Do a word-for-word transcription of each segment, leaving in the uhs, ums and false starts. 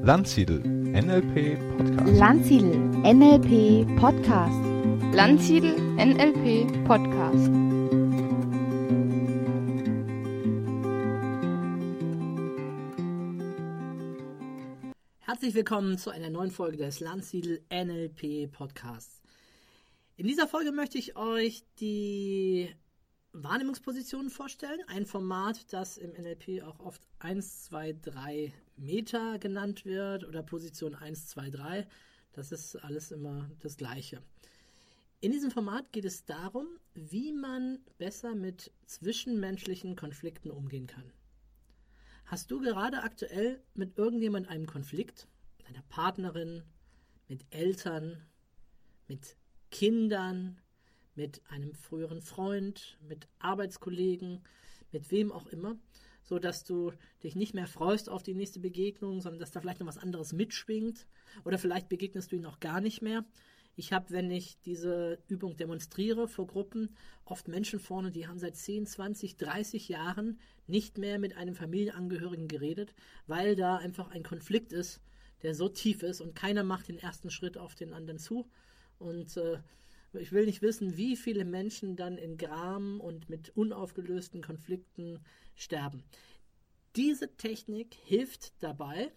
Landsiedel N L P Podcast. Landsiedel N L P Podcast. Landsiedel N L P Podcast. Herzlich willkommen zu einer neuen Folge des Landsiedel N L P Podcasts. In dieser Folge möchte ich euch die Wahrnehmungspositionen vorstellen. Ein Format, das im N L P auch oft eins, zwei, drei Meter genannt wird oder Position eins, zwei, drei. Das ist alles immer das Gleiche. In diesem Format geht es darum, wie man besser mit zwischenmenschlichen Konflikten umgehen kann. Hast du gerade aktuell mit irgendjemandem einen Konflikt? Mit einer Partnerin, mit Eltern, mit Kindern, mit einem früheren Freund, mit Arbeitskollegen, mit wem auch immer, so dass du dich nicht mehr freust auf die nächste Begegnung, sondern dass da vielleicht noch was anderes mitschwingt oder vielleicht begegnest du ihn auch gar nicht mehr. Ich habe, wenn ich diese Übung demonstriere vor Gruppen, oft Menschen vorne, die haben seit zehn, zwanzig, dreißig Jahren nicht mehr mit einem Familienangehörigen geredet, weil da einfach ein Konflikt ist, der so tief ist und keiner macht den ersten Schritt auf den anderen zu. Und äh, ich will nicht wissen, wie viele Menschen dann in Gram und mit unaufgelösten Konflikten sterben. Diese Technik hilft dabei,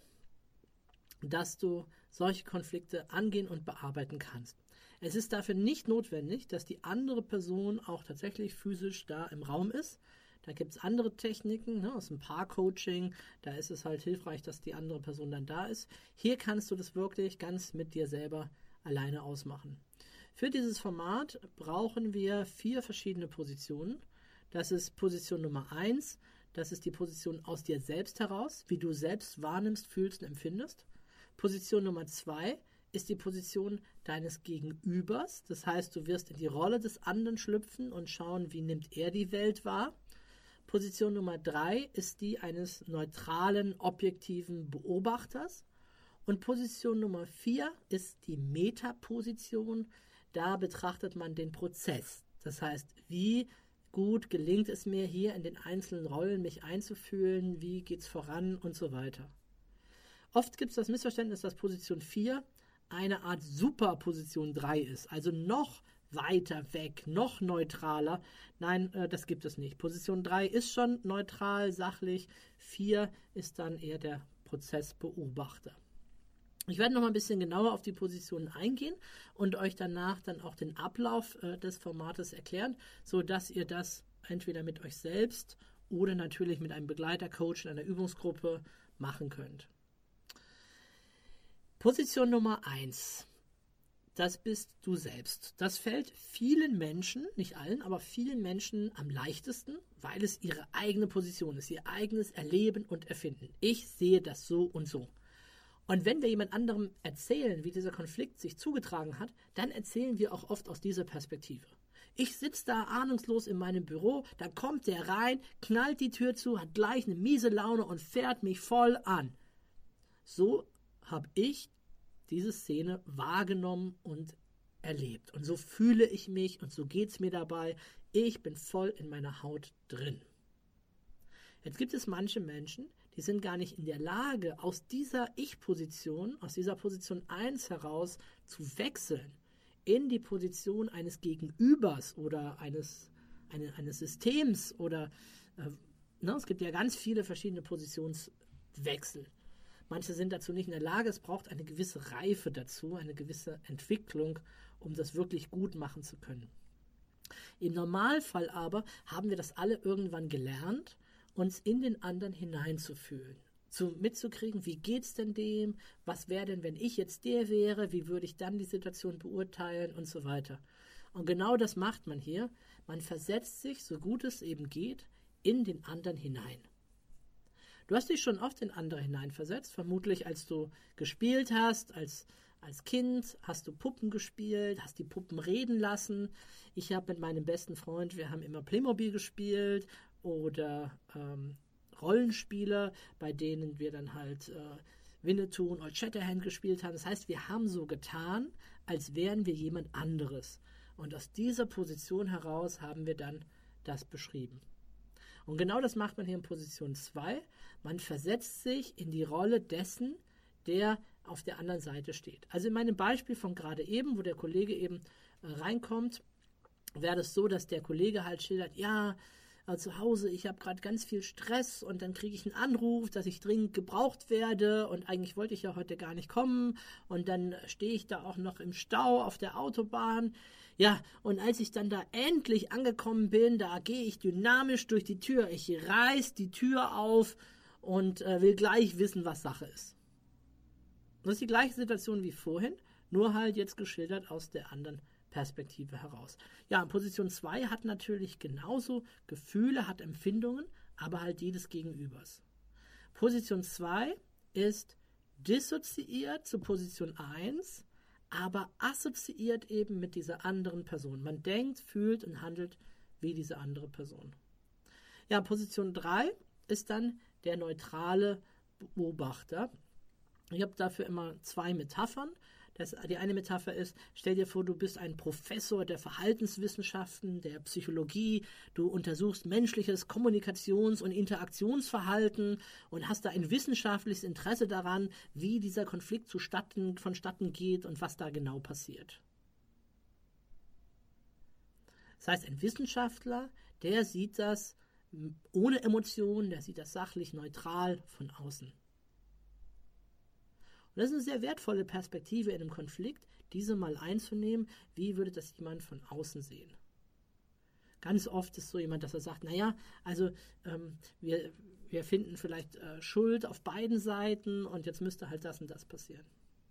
dass du solche Konflikte angehen und bearbeiten kannst. Es ist dafür nicht notwendig, dass die andere Person auch tatsächlich physisch da im Raum ist. Da gibt es andere Techniken, ne, aus dem Paar-Coaching. Da ist es halt hilfreich, dass die andere Person dann da ist. Hier kannst du das wirklich ganz mit dir selber alleine ausmachen. Für dieses Format brauchen wir vier verschiedene Positionen. Das ist Position Nummer eins. Das ist die Position aus dir selbst heraus, wie du selbst wahrnimmst, fühlst und empfindest. Position Nummer zwei ist die Position deines Gegenübers. Das heißt, du wirst in die Rolle des anderen schlüpfen und schauen, wie nimmt er die Welt wahr. Position Nummer drei ist die eines neutralen, objektiven Beobachters. Und Position Nummer vier ist die Metaposition. Da betrachtet man den Prozess. Das heißt, wie gut gelingt es mir hier in den einzelnen Rollen, mich einzufühlen, wie geht es voran und so weiter. Oft gibt es das Missverständnis, dass Position vier eine Art Superposition drei ist, also noch weiter weg, noch neutraler. Nein, äh, das gibt es nicht. Position drei ist schon neutral, sachlich, vier ist dann eher der Prozessbeobachter. Ich werde noch mal ein bisschen genauer auf die Positionen eingehen und euch danach dann auch den Ablauf äh, des Formates erklären, sodass ihr das entweder mit euch selbst oder natürlich mit einem Begleiter, Coach in einer Übungsgruppe machen könnt. Position Nummer eins, das bist du selbst. Das fällt vielen Menschen, nicht allen, aber vielen Menschen am leichtesten, weil es ihre eigene Position ist, ihr eigenes Erleben und Erfinden. Ich sehe das so und so. Und wenn wir jemand anderem erzählen, wie dieser Konflikt sich zugetragen hat, dann erzählen wir auch oft aus dieser Perspektive. Ich sitze da ahnungslos in meinem Büro, da kommt der rein, knallt die Tür zu, hat gleich eine miese Laune und fährt mich voll an. So habe ich diese Szene wahrgenommen und erlebt. Und so fühle ich mich und so geht es mir dabei. Ich bin voll in meiner Haut drin. Jetzt gibt es manche Menschen, die sind gar nicht in der Lage, aus dieser Ich-Position, aus dieser Position eins heraus zu wechseln in die Position eines Gegenübers oder eines, eine, eines Systems oder äh, ne, es gibt ja ganz viele verschiedene Positionswechsel. Manche sind dazu nicht in der Lage, es braucht eine gewisse Reife dazu, eine gewisse Entwicklung, um das wirklich gut machen zu können. Im Normalfall aber haben wir das alle irgendwann gelernt, uns in den anderen hineinzufühlen, zu, mitzukriegen, wie geht's denn dem, was wäre denn, wenn ich jetzt der wäre, wie würde ich dann die Situation beurteilen und so weiter. Und genau das macht man hier, man versetzt sich, so gut es eben geht, in den anderen hinein. Du hast dich schon oft in andere hineinversetzt, vermutlich als du gespielt hast, als, als Kind hast du Puppen gespielt, hast die Puppen reden lassen. Ich habe mit meinem besten Freund, wir haben immer Playmobil gespielt oder ähm, Rollenspiele, bei denen wir dann halt äh, Winnetou und Old Shatterhand gespielt haben. Das heißt, wir haben so getan, als wären wir jemand anderes. Und aus dieser Position heraus haben wir dann das beschrieben. Und genau das macht man hier in Position zwei. Man versetzt sich in die Rolle dessen, der auf der anderen Seite steht. Also in meinem Beispiel von gerade eben, wo der Kollege eben äh, reinkommt, wäre das so, dass der Kollege halt schildert, ja, äh, zu Hause, ich habe gerade ganz viel Stress und dann kriege ich einen Anruf, dass ich dringend gebraucht werde und eigentlich wollte ich ja heute gar nicht kommen und dann stehe ich da auch noch im Stau auf der Autobahn. Ja, und als ich dann da endlich angekommen bin, da gehe ich dynamisch durch die Tür, ich reiß die Tür auf und äh, will gleich wissen, was Sache ist. Das ist die gleiche Situation wie vorhin, nur halt jetzt geschildert aus der anderen Perspektive heraus. Ja, Position zwei hat natürlich genauso Gefühle, hat Empfindungen, aber halt die des Gegenübers. Position zwei ist dissoziiert zu Position eins, aber assoziiert eben mit dieser anderen Person. Man denkt, fühlt und handelt wie diese andere Person. Ja, Position drei ist dann der neutrale Beobachter. Ich habe dafür immer zwei Metaphern. Das, die eine Metapher ist, stell dir vor, du bist ein Professor der Verhaltenswissenschaften, der Psychologie, du untersuchst menschliches Kommunikations- und Interaktionsverhalten und hast da ein wissenschaftliches Interesse daran, wie dieser Konflikt zustatten, vonstatten geht und was da genau passiert. Das heißt, ein Wissenschaftler, der sieht das ohne Emotionen, der sieht das sachlich, neutral von außen. Und das ist eine sehr wertvolle Perspektive in einem Konflikt, diese mal einzunehmen, wie würde das jemand von außen sehen. Ganz oft ist so jemand, dass er sagt, naja, also ähm, wir, wir finden vielleicht äh, Schuld auf beiden Seiten und jetzt müsste halt das und das passieren.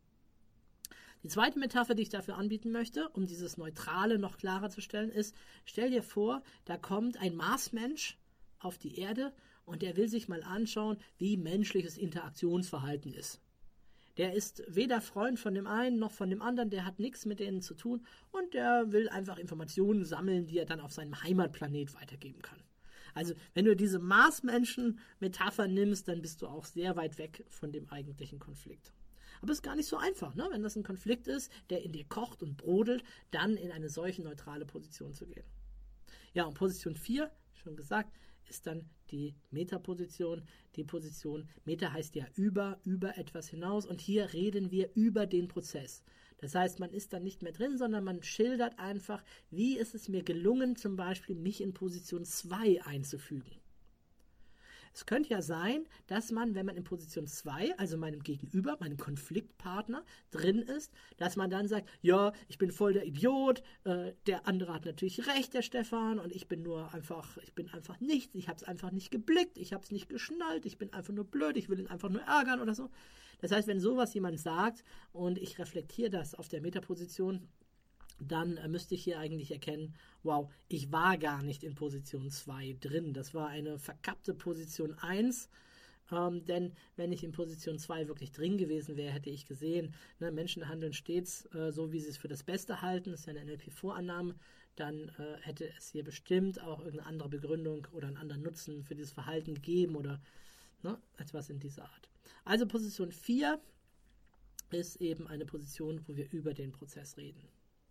Die zweite Metapher, die ich dafür anbieten möchte, um dieses Neutrale noch klarer zu stellen, ist, stell dir vor, da kommt ein Marsmensch auf die Erde und der will sich mal anschauen, wie menschliches Interaktionsverhalten ist. Der ist weder Freund von dem einen noch von dem anderen, der hat nichts mit denen zu tun und der will einfach Informationen sammeln, die er dann auf seinem Heimatplanet weitergeben kann. Also wenn du diese Marsmenschen-Metapher nimmst, dann bist du auch sehr weit weg von dem eigentlichen Konflikt. Aber es ist gar nicht so einfach, ne? Wenn das ein Konflikt ist, der in dir kocht und brodelt, dann in eine solche neutrale Position zu gehen. Ja, und Position vier, schon gesagt, ist dann die Metaposition. Die Position, Meta heißt ja über, über etwas hinaus und hier reden wir über den Prozess. Das heißt, man ist dann nicht mehr drin, sondern man schildert einfach, wie ist es mir gelungen, zum Beispiel mich in Position zwei einzufügen. Es könnte ja sein, dass man, wenn man in Position zwei, also meinem Gegenüber, meinem Konfliktpartner, drin ist, dass man dann sagt, ja, ich bin voll der Idiot, äh, der andere hat natürlich recht, der Stefan, und ich bin nur einfach, ich bin einfach nichts, ich habe es einfach nicht geblickt, ich habe es nicht geschnallt, ich bin einfach nur blöd, ich will ihn einfach nur ärgern oder so. Das heißt, wenn sowas jemand sagt und ich reflektiere das auf der Metaposition, dann äh, müsste ich hier eigentlich erkennen, wow, ich war gar nicht in Position zwei drin. Das war eine verkappte Position eins, ähm, denn wenn ich in Position zwei wirklich drin gewesen wäre, hätte ich gesehen, ne, Menschen handeln stets äh, so, wie sie es für das Beste halten, das ist ja eine N L P-Vorannahme, dann äh, hätte es hier bestimmt auch irgendeine andere Begründung oder einen anderen Nutzen für dieses Verhalten gegeben oder ne, etwas in dieser Art. Also Position vier ist eben eine Position, wo wir über den Prozess reden.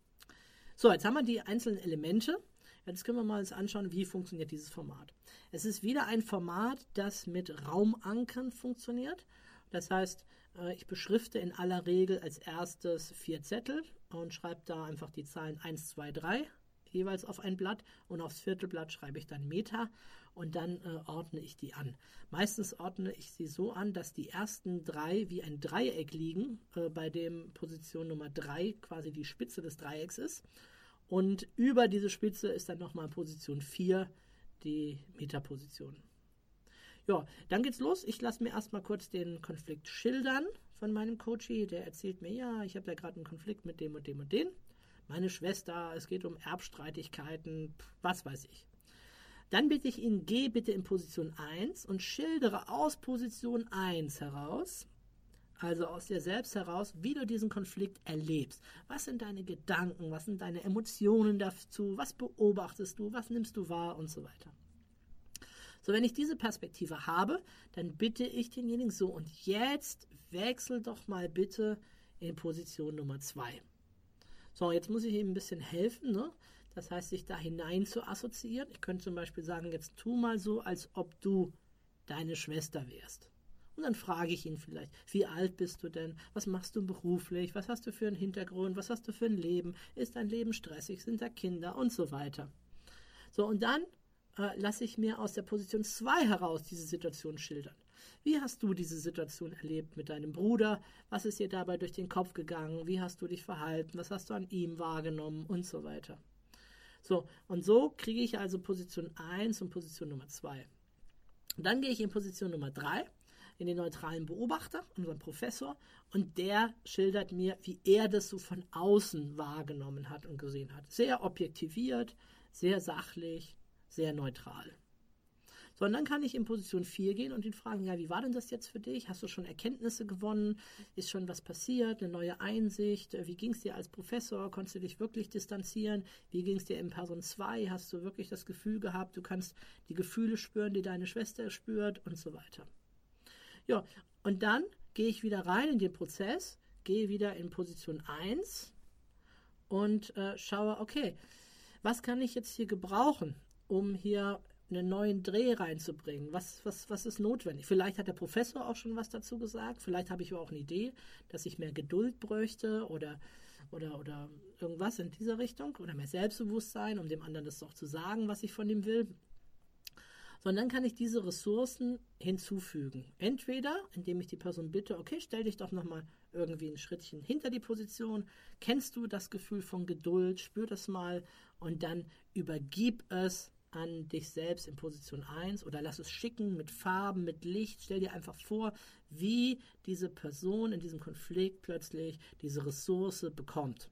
So, jetzt haben wir die einzelnen Elemente. Jetzt können wir mal uns anschauen, wie funktioniert dieses Format. Es ist wieder ein Format, das mit Raumankern funktioniert. Das heißt, ich beschrifte in aller Regel als erstes vier Zettel und schreibe da einfach die Zahlen eins, zwei, drei jeweils auf ein Blatt und aufs vierte Blatt schreibe ich dann Meta und dann äh, ordne ich die an. Meistens ordne ich sie so an, dass die ersten drei wie ein Dreieck liegen, äh, bei dem Position Nummer drei quasi die Spitze des Dreiecks ist und über diese Spitze ist dann nochmal Position vier die Metaposition. Ja, dann geht's los. Ich lasse mir erstmal kurz den Konflikt schildern von meinem Coachie. Der erzählt mir, ja, ich habe da gerade einen Konflikt mit dem und dem und dem. Meine Schwester, es geht um Erbstreitigkeiten, was weiß ich. Dann bitte ich ihn, geh bitte in Position eins und schildere aus Position eins heraus, also aus dir selbst heraus, wie du diesen Konflikt erlebst. Was sind deine Gedanken, was sind deine Emotionen dazu, was beobachtest du, was nimmst du wahr und so weiter. So, wenn ich diese Perspektive habe, dann bitte ich denjenigen so, und jetzt wechsel doch mal bitte in Position Nummer zwei. So, jetzt muss ich ihm ein bisschen helfen, ne? Das heißt, sich da hinein zu assoziieren. Ich könnte zum Beispiel sagen, jetzt tu mal so, als ob du deine Schwester wärst. Und dann frage ich ihn vielleicht, wie alt bist du denn? Was machst du beruflich? Was hast du für einen Hintergrund? Was hast du für ein Leben? Ist dein Leben stressig? Sind da Kinder? Und so weiter. So, und dann äh, lasse ich mir aus der Position zwei heraus diese Situation schildern. Wie hast du diese Situation erlebt mit deinem Bruder? Was ist dir dabei durch den Kopf gegangen? Wie hast du dich verhalten? Was hast du an ihm wahrgenommen? Und so weiter. So, und so kriege ich also Position eins und Position Nummer zwei. Und dann gehe ich in Position Nummer drei, in den neutralen Beobachter, unseren Professor, und der schildert mir, wie er das so von außen wahrgenommen hat und gesehen hat. Sehr objektiviert, sehr sachlich, sehr neutral. So, und dann kann ich in Position vier gehen und ihn fragen, ja, wie war denn das jetzt für dich? Hast du schon Erkenntnisse gewonnen? Ist schon was passiert? Eine neue Einsicht? Wie ging es dir als Professor? Konntest du dich wirklich distanzieren? Wie ging es dir in Person zwei? Hast du wirklich das Gefühl gehabt, du kannst die Gefühle spüren, die deine Schwester spürt und so weiter. Ja, und dann gehe ich wieder rein in den Prozess, gehe wieder in Position eins und äh, schaue, okay, was kann ich jetzt hier gebrauchen, um hier einen neuen Dreh reinzubringen? Was, was, was ist notwendig? Vielleicht hat der Professor auch schon was dazu gesagt. Vielleicht habe ich aber auch eine Idee, dass ich mehr Geduld bräuchte oder, oder, oder irgendwas in dieser Richtung oder mehr Selbstbewusstsein, um dem anderen das auch zu sagen, was ich von ihm will. Sondern dann kann ich diese Ressourcen hinzufügen. Entweder, indem ich die Person bitte, okay, stell dich doch nochmal irgendwie ein Schrittchen hinter die Position. Kennst du das Gefühl von Geduld? Spür das mal und dann übergib es an dich selbst in Position eins oder lass es schicken mit Farben, mit Licht. Stell dir einfach vor, wie diese Person in diesem Konflikt plötzlich diese Ressource bekommt.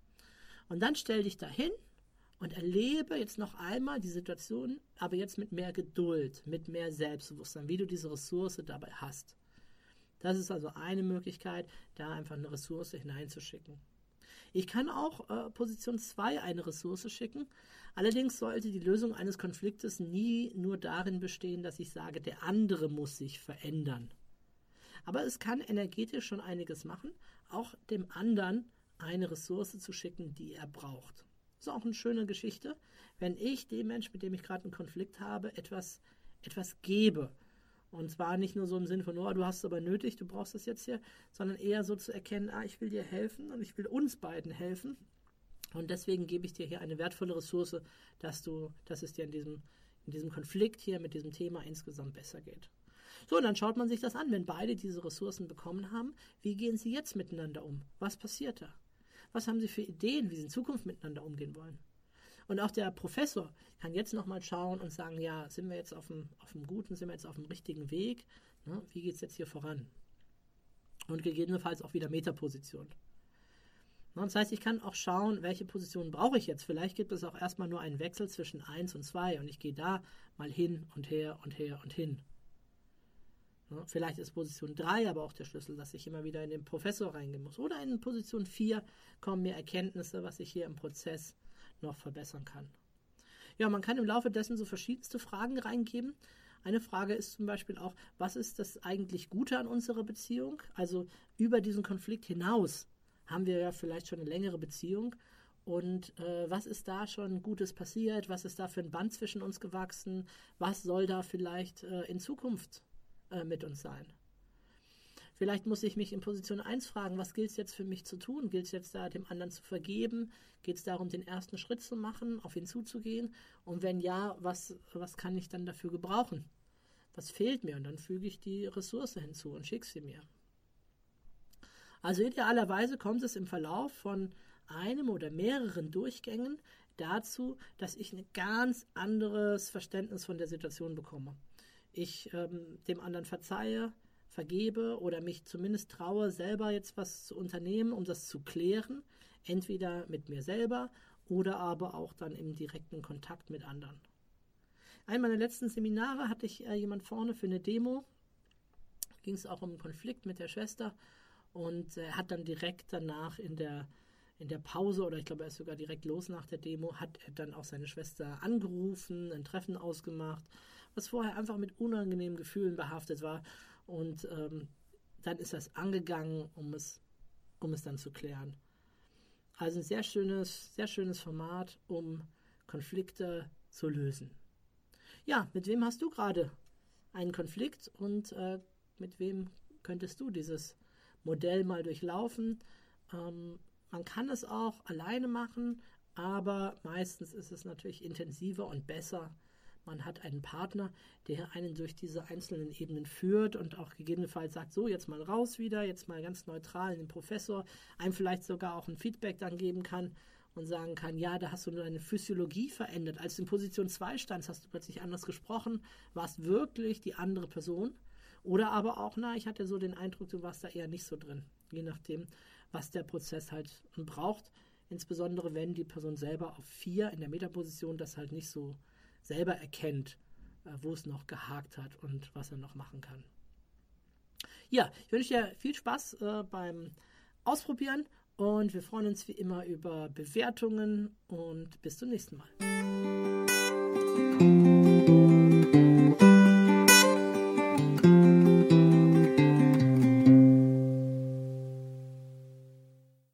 Und dann stell dich dahin und erlebe jetzt noch einmal die Situation, aber jetzt mit mehr Geduld, mit mehr Selbstbewusstsein, wie du diese Ressource dabei hast. Das ist also eine Möglichkeit, da einfach eine Ressource hineinzuschicken. Ich kann auch äh, Position zwei eine Ressource schicken. Allerdings sollte die Lösung eines Konfliktes nie nur darin bestehen, dass ich sage, der andere muss sich verändern. Aber es kann energetisch schon einiges machen, auch dem anderen eine Ressource zu schicken, die er braucht. Das ist auch eine schöne Geschichte, wenn ich dem Menschen, mit dem ich gerade einen Konflikt habe, etwas, etwas gebe. Und zwar nicht nur so im Sinn von, oh, du hast es aber nötig, du brauchst das jetzt hier, sondern eher so zu erkennen, ah, ich will dir helfen und ich will uns beiden helfen. Und deswegen gebe ich dir hier eine wertvolle Ressource, dass du, dass es dir in diesem, in diesem Konflikt hier mit diesem Thema insgesamt besser geht. So, und dann schaut man sich das an, wenn beide diese Ressourcen bekommen haben, wie gehen sie jetzt miteinander um? Was passiert da? Was haben sie für Ideen, wie sie in Zukunft miteinander umgehen wollen? Und auch der Professor kann jetzt nochmal schauen und sagen, ja, sind wir jetzt auf dem, auf dem guten, sind wir jetzt auf dem richtigen Weg? Ne? Wie geht es jetzt hier voran? Und gegebenenfalls auch wieder Metaposition. Ne? Das heißt, ich kann auch schauen, welche Position brauche ich jetzt. Vielleicht gibt es auch erstmal nur einen Wechsel zwischen eins und zwei und ich gehe da mal hin und her und her und hin. Ne? Vielleicht ist Position drei aber auch der Schlüssel, dass ich immer wieder in den Professor reingehen muss. Oder in Position vier kommen mir Erkenntnisse, was ich hier im Prozess noch verbessern kann. Ja, man kann im Laufe dessen so verschiedenste Fragen reingeben. Eine Frage ist zum Beispiel auch, was ist das eigentlich Gute an unserer Beziehung? Also über diesen Konflikt hinaus haben wir ja vielleicht schon eine längere Beziehung. Und äh, was ist da schon Gutes passiert? Was ist da für ein Band zwischen uns gewachsen? Was soll da vielleicht äh, in Zukunft äh, mit uns sein? Vielleicht muss ich mich in Position eins fragen, was gilt es jetzt für mich zu tun? Gilt es jetzt da, dem anderen zu vergeben? Geht es darum, den ersten Schritt zu machen, auf ihn zuzugehen? Und wenn ja, was, was kann ich dann dafür gebrauchen? Was fehlt mir? Und dann füge ich die Ressource hinzu und schicke sie mir. Also idealerweise kommt es im Verlauf von einem oder mehreren Durchgängen dazu, dass ich ein ganz anderes Verständnis von der Situation bekomme. Ich ähm, dem anderen verzeihe, vergebe oder mich zumindest traue, selber jetzt was zu unternehmen, um das zu klären, entweder mit mir selber oder aber auch dann im direkten Kontakt mit anderen. Einem meiner letzten Seminare hatte ich äh, jemand vorne für eine Demo, ging es auch um einen Konflikt mit der Schwester und er äh, hat dann direkt danach in der, in der Pause oder ich glaube er ist sogar direkt los nach der Demo, hat er dann auch seine Schwester angerufen, ein Treffen ausgemacht, was vorher einfach mit unangenehmen Gefühlen behaftet war. Und ähm, dann ist das angegangen, um es, um es dann zu klären. Also ein sehr schönes, sehr schönes Format, um Konflikte zu lösen. Ja, mit wem hast du gerade einen Konflikt und äh, mit wem könntest du dieses Modell mal durchlaufen. Ähm, man kann es auch alleine machen, aber meistens ist es natürlich intensiver und besser. Man hat einen Partner, der einen durch diese einzelnen Ebenen führt und auch gegebenenfalls sagt, so, jetzt mal raus wieder, jetzt mal ganz neutral in den Professor, einem vielleicht sogar auch ein Feedback dann geben kann und sagen kann, ja, da hast du deine Physiologie verändert. Als du in Position zwei standst, hast du plötzlich anders gesprochen, warst wirklich die andere Person. Oder aber auch, na, ich hatte so den Eindruck, du warst da eher nicht so drin. Je nachdem, was der Prozess halt braucht. Insbesondere, wenn die Person selber auf vier in der Metaposition das halt nicht so selber erkennt, wo es noch gehakt hat und was er noch machen kann. Ja, ich wünsche dir viel Spaß äh, beim Ausprobieren und wir freuen uns wie immer über Bewertungen und bis zum nächsten Mal.